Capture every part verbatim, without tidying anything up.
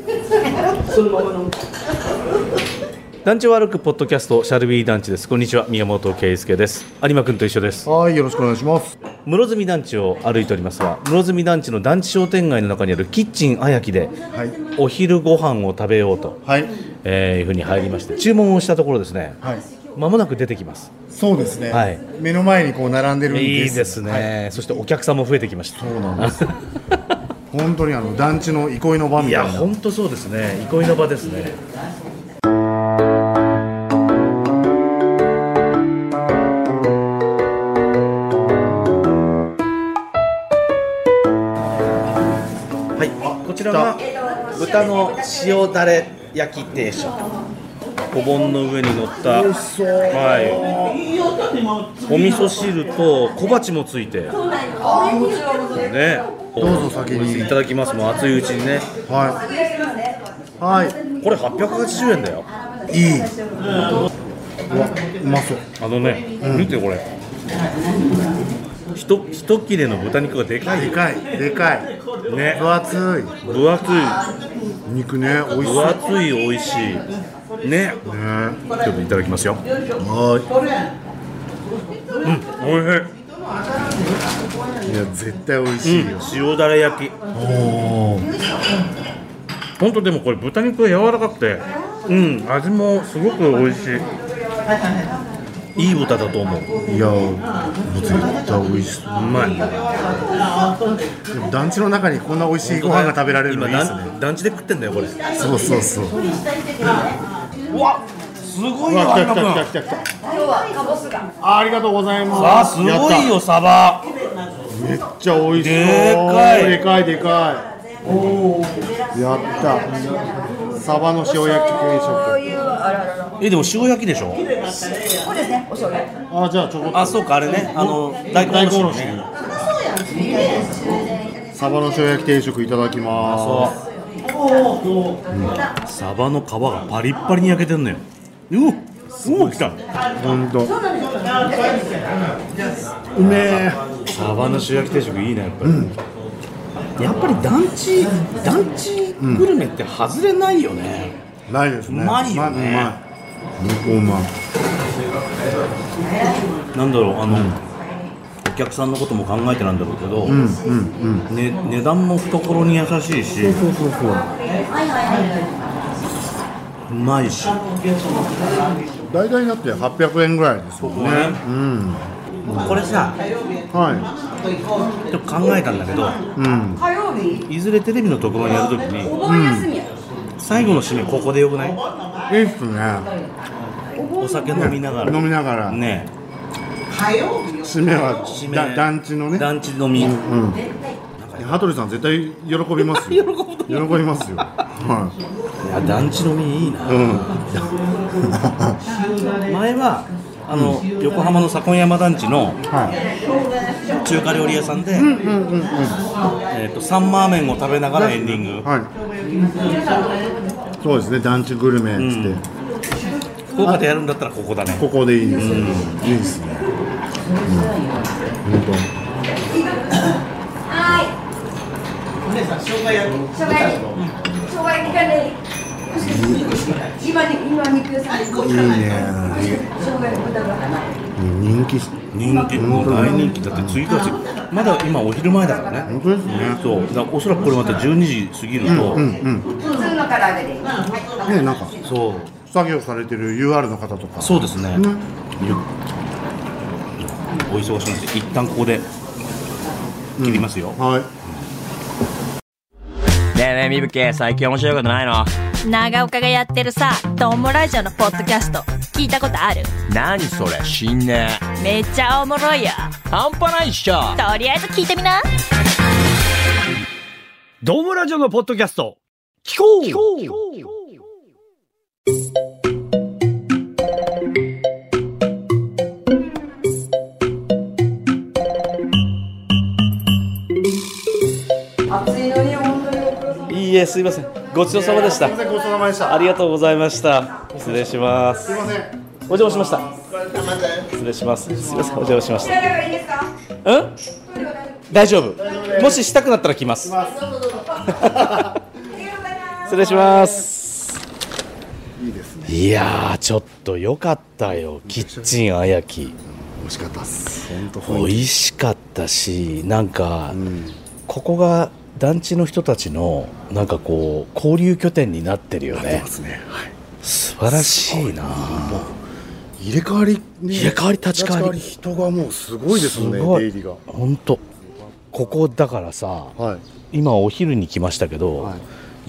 そのまま飲む。団地を歩くポッドキャストシャルビー団地です。こんにちは、宮本圭介です。有馬くんと一緒です。 はい、よろしくお願いします。 室積団地を歩いておりますが、室積団地の団地商店街の中にあるキッチンあやきで、はい、お昼ご飯を食べようと、はい、えー、いうふうに入りまして注文をしたところですね、はい、間もなく出てきます。 そうですね、はい、目の前にこう並んでるんです。 いいですね、はい、そしてお客さんも増えてきました。 そうなんです本当にあの団地の憩いの場みたいな。 いや本当そうですね、憩いの場ですね。はい、こちらは豚の塩だれ焼き定食、お盆の上に乗った、はい、お味噌汁と小鉢もついて、ね、 どうぞ先にいただきます。もう熱いうちにね。 はい、はい、 これはっぴゃくはちじゅうえんだよ。 いい。うわ、うまそう。 あのね、うん、見てこれ。ひと一切れの豚肉がでかい。 でかい、でかい。 ね。 分厚い。 分厚い。 肉ね、美味しい。 分厚い、美味しい。ね。ね。ちょっといただきますよ。はい。うん、美味しい。 いや、絶対美味しいよ。 うん、塩だれ焼き。本当でもこれ豚肉が柔らかくて、うん、味もすごく美味しい。いい豚だと思う。 いや、もう絶対美味しい。 うまい。 でも団地の中にこんな美味しいご飯が食べられるのいいですね。 団地で食ってんだよこれ。 そうそうそう。 うわ、すごいよ。 来た来た来た来た来た。 今日はカボスが。 あ、ありがとうございます。 あ、すごいよサバ。 めっちゃ美味しそう。 でかい。 でかいでかい。おー、やった。サバの塩焼き定食。 え、でも塩焼きでしょ。 そうですね、お醤油。 あ、じゃあちょこっと。 あ、そうか、あれね、あの大根おろしね。 サバの塩焼き定食いただきます。 そう、うん、サバの皮がパリッパリに焼けてんのよ。うお、すごい来た。 本当。うめえ。 サバの塩焼き定食いいね、やっぱり。うん、やっぱり団地団地グルメって外れないよね。 うん、ないですね。 うまいよね。 うまい。うまい。 なんだろう、あの、うん、お客さんのことも考えてなんだろうけど、うんうんうん、ね、値段も懐に優しいし、そうそうそうそう、うまいし。 大体だってはっぴゃくえんぐらいですもんね。うん、 これさ、 はい、 ちょっと考えたんだけど、うん、いずれテレビの特番やるときに、うん、最後の締めここでよくない？ いいっすね。 お酒飲みながら、 飲みながらね。締めは締め団地のね。 団地飲み。うんうん、 羽鳥さん絶対喜びますよ。喜びますよ。はい。 いや団地飲みいいな。うん、前はあの、うん、横浜の左近山団地の、はい、中華料理屋さんで、えっとサンマーメンを食べながらエンディング。はい。そうですね、団地グルメっつって。うん、福岡でやるんだったらここだね。 ここでいいですね。うん、いいですね。うん、本当。 はい。お姉さん、生姜焼き。生姜焼き。生姜焼きがね。今に今肉屋さんで。いいね。生姜焼き豚が。 人気。 人気。大人気だって次から次。まだ今お昼前だからね。 本当ですね。 そう。だおそらくこれまたじゅうにじ過ぎると。うんうんうん。 普通の唐揚げで。ね、 なんか。そう。作業されてる ユーアール の方とか。 そうですね。ね、お忙しいので一旦ここで切りますよ。 うん、はい。 ねえねえみぶけ、最近面白いことないの？ 長岡がやってるさ、トモラジオのポッドキャスト聞いたことある？ 何それ、知んねえ。めっちゃおもろいよ。 半端ないっしょ。 とりあえず聞いてみな。 トモラジオのポッドキャスト聞こう聞こう聞こう。 いいえ、すいません。ごちそうさまでした。 ごちそうさまでした。 ありがとうございました。失礼します。 すいません。 お邪魔しました。失礼します。すいません。お邪魔しました。うん？大丈夫。もししたくなったら来ます。 失礼します。 いいですね。 いやーちょっと良かったよ、キッチンあやき。 美味しかったっす。本当美味しかったし、なんか、 うん、 ここが団地の人たちのなんかこう交流拠点になってるよね。 なってますね。はい、 素晴らしいな。 入れ替わり、ね、 入れ替わり立ち替わり、 人がもうすごいですもんね。出入りが本当。ここだからさ、はい、今お昼に来ましたけど、はい、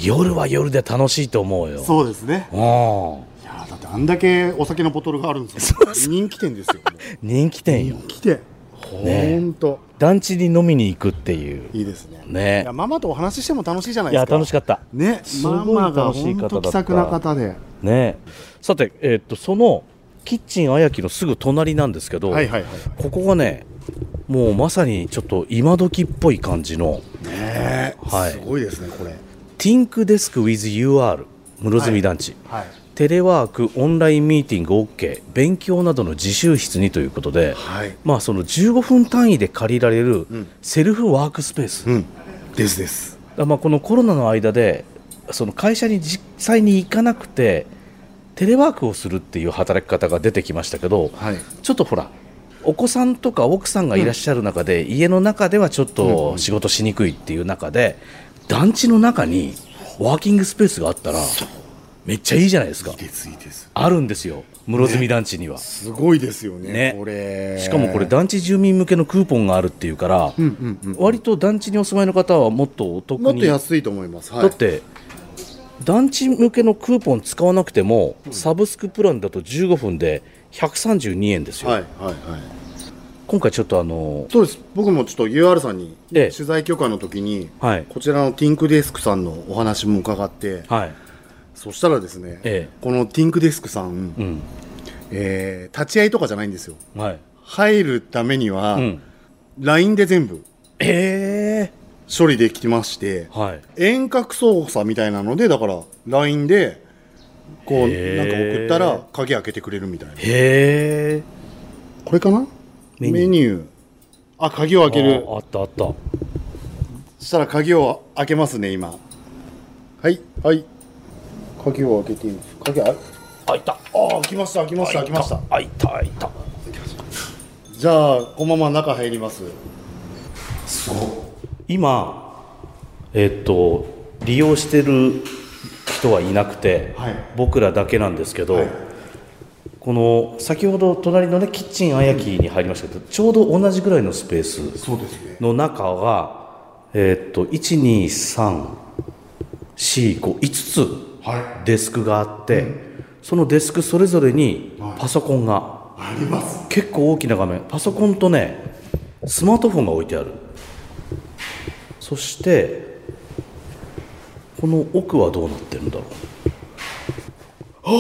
夜は夜で楽しいと思うよ。 そうですね。 ああ、 いやだってあんだけお酒のボトルがあるんですよ。人気店ですよ。 人気店よ。 人気店。本当、ね、 団地に飲みに行くっていう。 いいですね。 ね。 いやママとお話ししても楽しいじゃないですか。 いや楽しかった。 ね。ママが本当気さくな方で。 ね。さて、えー、っとそのキッチンあやきのすぐ隣なんですけど、 はいはいはいはい、 ここがね、もうまさにちょっと今時っぽい感じの。 ね、はい、すごいですねこれ。 Think Desk with ユーアール 室積団地。はいはい、テレワーク、オンラインミーティング OK、勉強などの自習室にということで、はい、まあそのじゅうごふん単位で借りられるセルフワークスペース、 うん、ですです。 まあこのコロナの間でその会社に実際に行かなくてテレワークをするっていう働き方が出てきましたけど、はい、ちょっとほらお子さんとか奥さんがいらっしゃる中で、うん、家の中ではちょっと仕事しにくいっていう中で、うん、団地の中にワーキングスペースがあったらめっちゃいいじゃないですか。 いいですいいです。 あるんですよ、室積団地には、 ね、すごいですよ ね, ねこれ。 しかもこれ団地住民向けのクーポンがあるっていうから、うんうんうん、割と団地にお住まいの方はもっとお得に、 もっと安いと思います、はい、 だって団地向けのクーポン使わなくても、うん、サブスクプランだとじゅうごふんでひゃくさんじゅうにえんですよ。はいはいはい。今回ちょっとあのそうです。僕もちょっと ユーアール さんに取材許可の時に、はい、こちらの Think Desk さんのお話も伺って、はい、そしたらですね、ええ、この Think Desk さん、うんえー、立ち会いとかじゃないんですよ、はい、入るためには、うん、ライン で全部、えー処理できまして、はい、遠隔操作みたいなので、だから ライン でこうなんか送ったら鍵開けてくれるみたいな。へー、これかな、メニュー、メニュー、あ、鍵を開ける、 あ、あったあった。そしたら鍵を開けますね今。はいはい、鍵を開けています。鍵あ開いた。 ああ、開きました開きました開きました。 開いた開いた。 じゃあこのまま中入ります。 そう、今、えー、っと利用してる人はいなくて、はい、僕らだけなんですけど、はい、この先ほど隣の、ね、キッチンあやきに入りましたけど、ちょうど同じぐらいのスペースの中が、えー、っといちにさんよんご いつつデスクがあって、はい、うん、そのデスクそれぞれにパソコンが、はい、あります。結構大きな画面、パソコンとねスマートフォンが置いてある。そしてこの奥はどうなってるんだろう。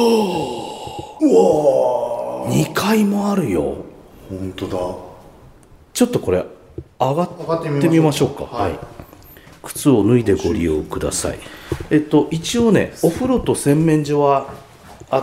はあ、にかいもあるよ。 本当だ。 ちょっとこれ上がってみましょうか。はい、はい、靴を脱いでご利用ください。えっと一応ね、お風呂と洗面所はあって、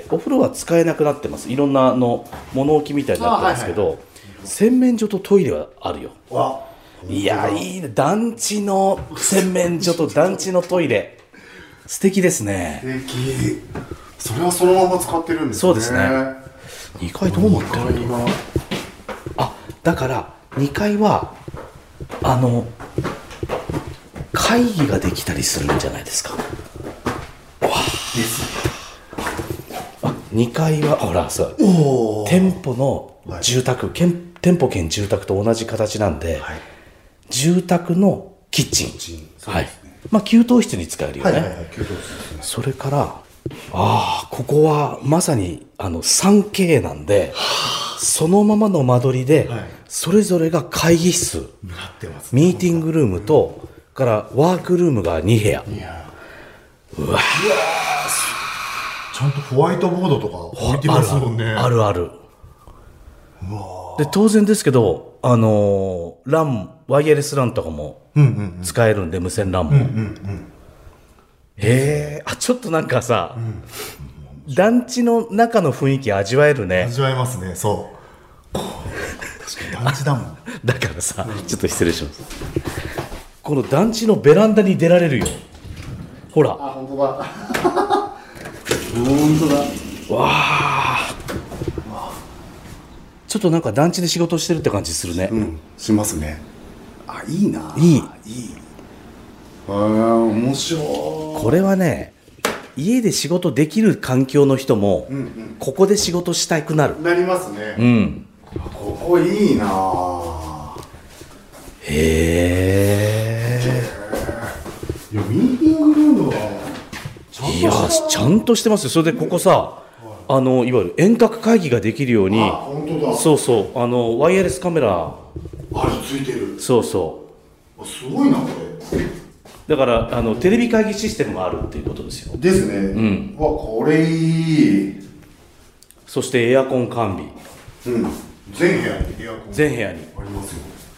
お風呂は使えなくなってます。いろんなの物置みたいになってますけど、はいはい、洗面所とトイレはあるよ。わ、いや、いいね。団地の洗面所と団地のトイレ素敵ですね。 素敵。それはそのまま使ってるんですね。 そうですね。にかいどうなってるの？あ、だからにかいはあの会議ができたりするんじゃないですか。わあ、ですあ、にかいはほらそう、店舗の住宅、はい、店舗兼住宅と同じ形なんで、はい、住宅のキッチン、キッチン、そうですね、はい、まあ給湯室に使えるよね。はいはいはい、給湯室ですね。それから、ああ、ここはまさにあの スリーケー なんで、そのままの間取りで、はい、それぞれが会議室、なってます、ミーティングルームと、うん、からワークルームがにへや。うわ、うわ、 ちゃんとホワイトボードとか置いてますもんね。 あるある。うわ、で当然ですけど、あのー、ラン、ワイヤレスランとかも使えるんで、うんうんうん、無線ランも、うんうんうん、へえ、あ、ちょっとなんかさ、うん、団地の中の雰囲気味わえるね。 味わえますね。そう確かに団地だもんだからさ、ちょっと失礼します。この団地のベランダに出られるよ。 ほら、 あ、本当だ本当だ。 わあ、ちょっとなんか団地で仕事してるって感じするね。 うん、しますね。あ、いいな。 いい。いい。 ああ、面白い。 これはね、家で仕事できる環境の人も、うんうん、ここで仕事したくなる。 なりますね。 うん。 ここいいな。 へえ。 いや、ミーティングルームはちゃんとしてます。 いや、ちゃんとしてますよ。それでここさ、あのいわゆる遠隔会議ができるように、 あ、本当だ。 そうそう、あのワイヤレスカメラ、 あれついてる。 そうそう。 すごいなこれ。 だからあのテレビ会議システムがあるっていうことですよ。 ですね。 うん。 わ、これいい。 そしてエアコン完備。 うん。全部屋にエアコン。 全部屋にあります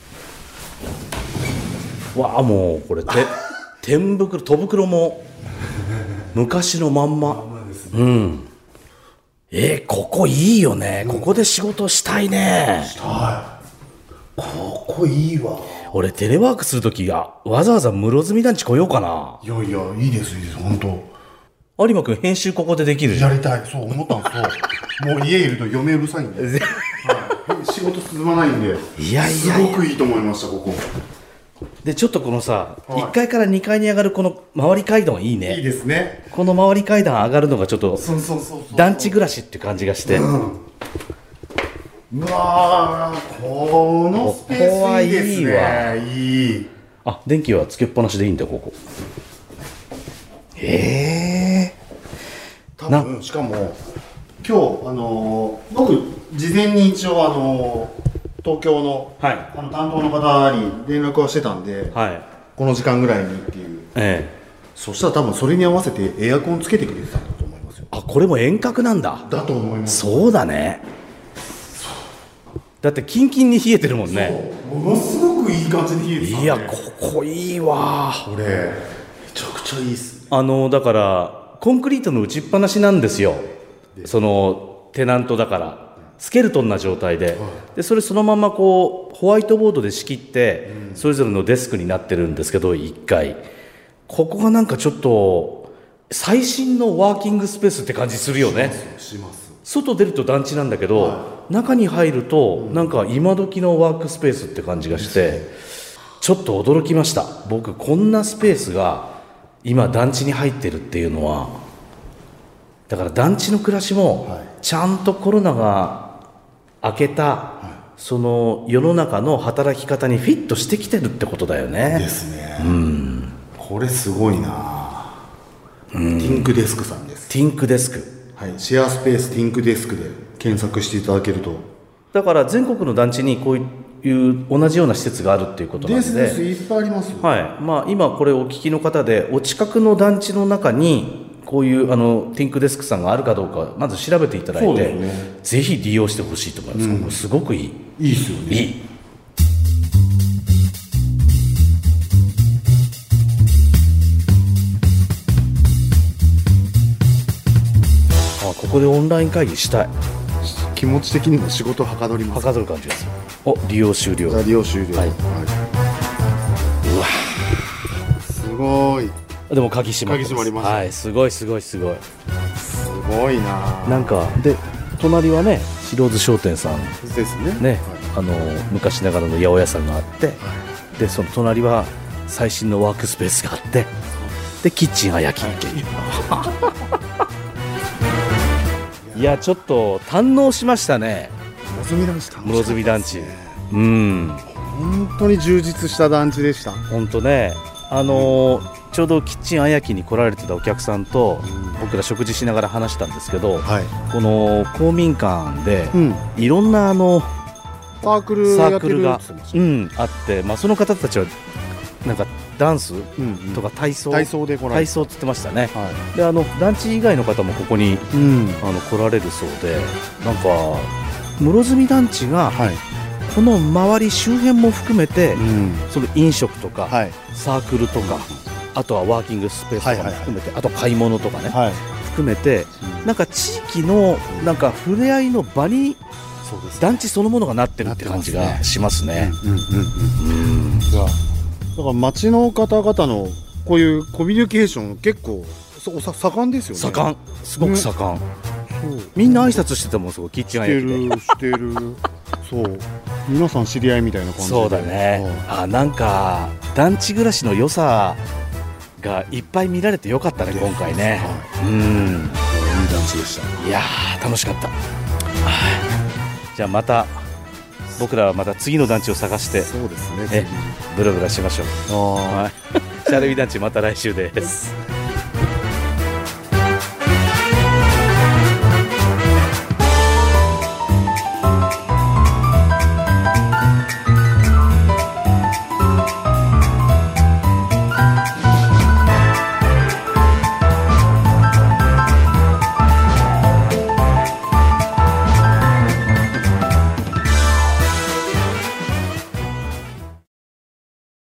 よ。わあ、もうこれて天袋、戸袋も昔のまんま。まんまですね。うん。えー、ここいいよね、うん、ここで仕事したいね。 したい。ここいいわ。 俺テレワークするとき、わざわざ室積団地来ようかな。 いやいや、いいですいいです、本当。有馬君編集ここでできるじゃん。 やりたい、そう思ったんですよ。もう家いると嫁うるさいんで、はい、仕事進まないんで。 いやいやいや、すごくいいと思いましたここで。ちょっとこのさ、はい、いっかいからにかいに上がるこの回り階段いいね。 いいですね。 この回り階段上がるのがちょっと団地暮らしって感じがして、うん、 うわー、このスペースいいですね。ここはいいわ。いい。 あ、電気はつけっぱなしでいいんだここ。へえ。 多分しかも今日あのー、僕事前に一応あのー、東京の、はい、あの担当の方に連絡はしてたんで、はい、この時間ぐらいにっていう、ええ、そしたら多分それに合わせてエアコンつけてくれてたんだと思いますよ。 あ、これも遠隔なんだ。 だと思います。 そうだね。だってキンキンに冷えてるもんね。 ものすごくいい感じに冷えてた、ね、 いや、ここいいわ。 これめちゃくちゃいいっすね。 あのだからコンクリートの打ちっぱなしなんですよ。そのテナントだからスケルトンな状態で、はい、でそれそのままこうホワイトボードで仕切って、うん、それぞれのデスクになってるんですけど、いっかいここがなんかちょっと最新のワーキングスペースって感じするよね。 します。 外出ると団地なんだけど、はい、中に入るとなんか今時のワークスペースって感じがして、ちょっと驚きました。僕こんなスペースが今団地に入ってるっていうのは、だから団地の暮らしもちゃんとコロナが明けたその世の中の働き方にフィットしてきてるってことだよね。 ですね、 うん、 これすごいな、うん、ティンクデスクさんです。 ティンクデスク、 はい、シェアスペースティンクデスクで検索していただけると。 だから全国の団地にこういう同じような施設があるっていうことなんで。 ですです、いっぱいありますよ。 はい、まあ、今これお聞きの方でお近くの団地の中にこういうあのティンクデスクさんがあるかどうかまず調べていただいて、ね、ぜひ利用してほしいと思います、うん、ここすごくいい。 いいですよね。 いい。あ、ここでオンライン会議したい。 気持ち的にも仕事はかどります。 はかどる感じです。お、利用終了。 利用終了、はい、はい、うわすごい。 でも鍵閉まってます。 鍵閉まりました。 はい、すごいすごいすごいすごいな。 なんかで隣はね白津商店さんですね。 ね、はい、あの昔ながらの八百屋さんがあって、はい、でその隣は最新のワークスペースがあって、でキッチンあやきっていう、はい、いやちょっと堪能しましたね。室積団地、うん、 本当に充実した団地でした。 本当ね、あのーちょうどキッチンあやきに来られてたお客さんと僕ら食事しながら話したんですけど、はい、この公民館でいろんなあのサークルサークルが、うん、あって、まあ、その方たちはなんかダンスとか体操、 体操で来られ体操って言ってましたね、はい、であの団地以外の方もここに、うん、あの来られるそうで、なんか室積団地が、はい、この周り周辺も含めて、うん、その飲食とか、はい、サークルとか、あとはワーキングスペースとかも含めて、はいはいはい、あと買い物とかね、はい、含めて、うん、なんか地域のなんか触れ合いの場にそうです、ね、団地そのものがなってるって感じがしますね。だから町の方々のこういうコミュニケーション結構そさ盛んですよね。 盛ん、すごく盛ん、ね、みんな挨拶してたもん、すごいキッチンあやきでしてるしてるそう皆さん知り合いみたいな感じで。 そうだね、あなんか団地暮らしの良さがいっぱい見られてよかったね今回ね、はい、うんいい団地でした。 いやー楽しかった、はい、じゃあまた僕らはまた次の団地を探して、 そうですね、 ブラブラしましょう。はい、シャレビ団地また来週です。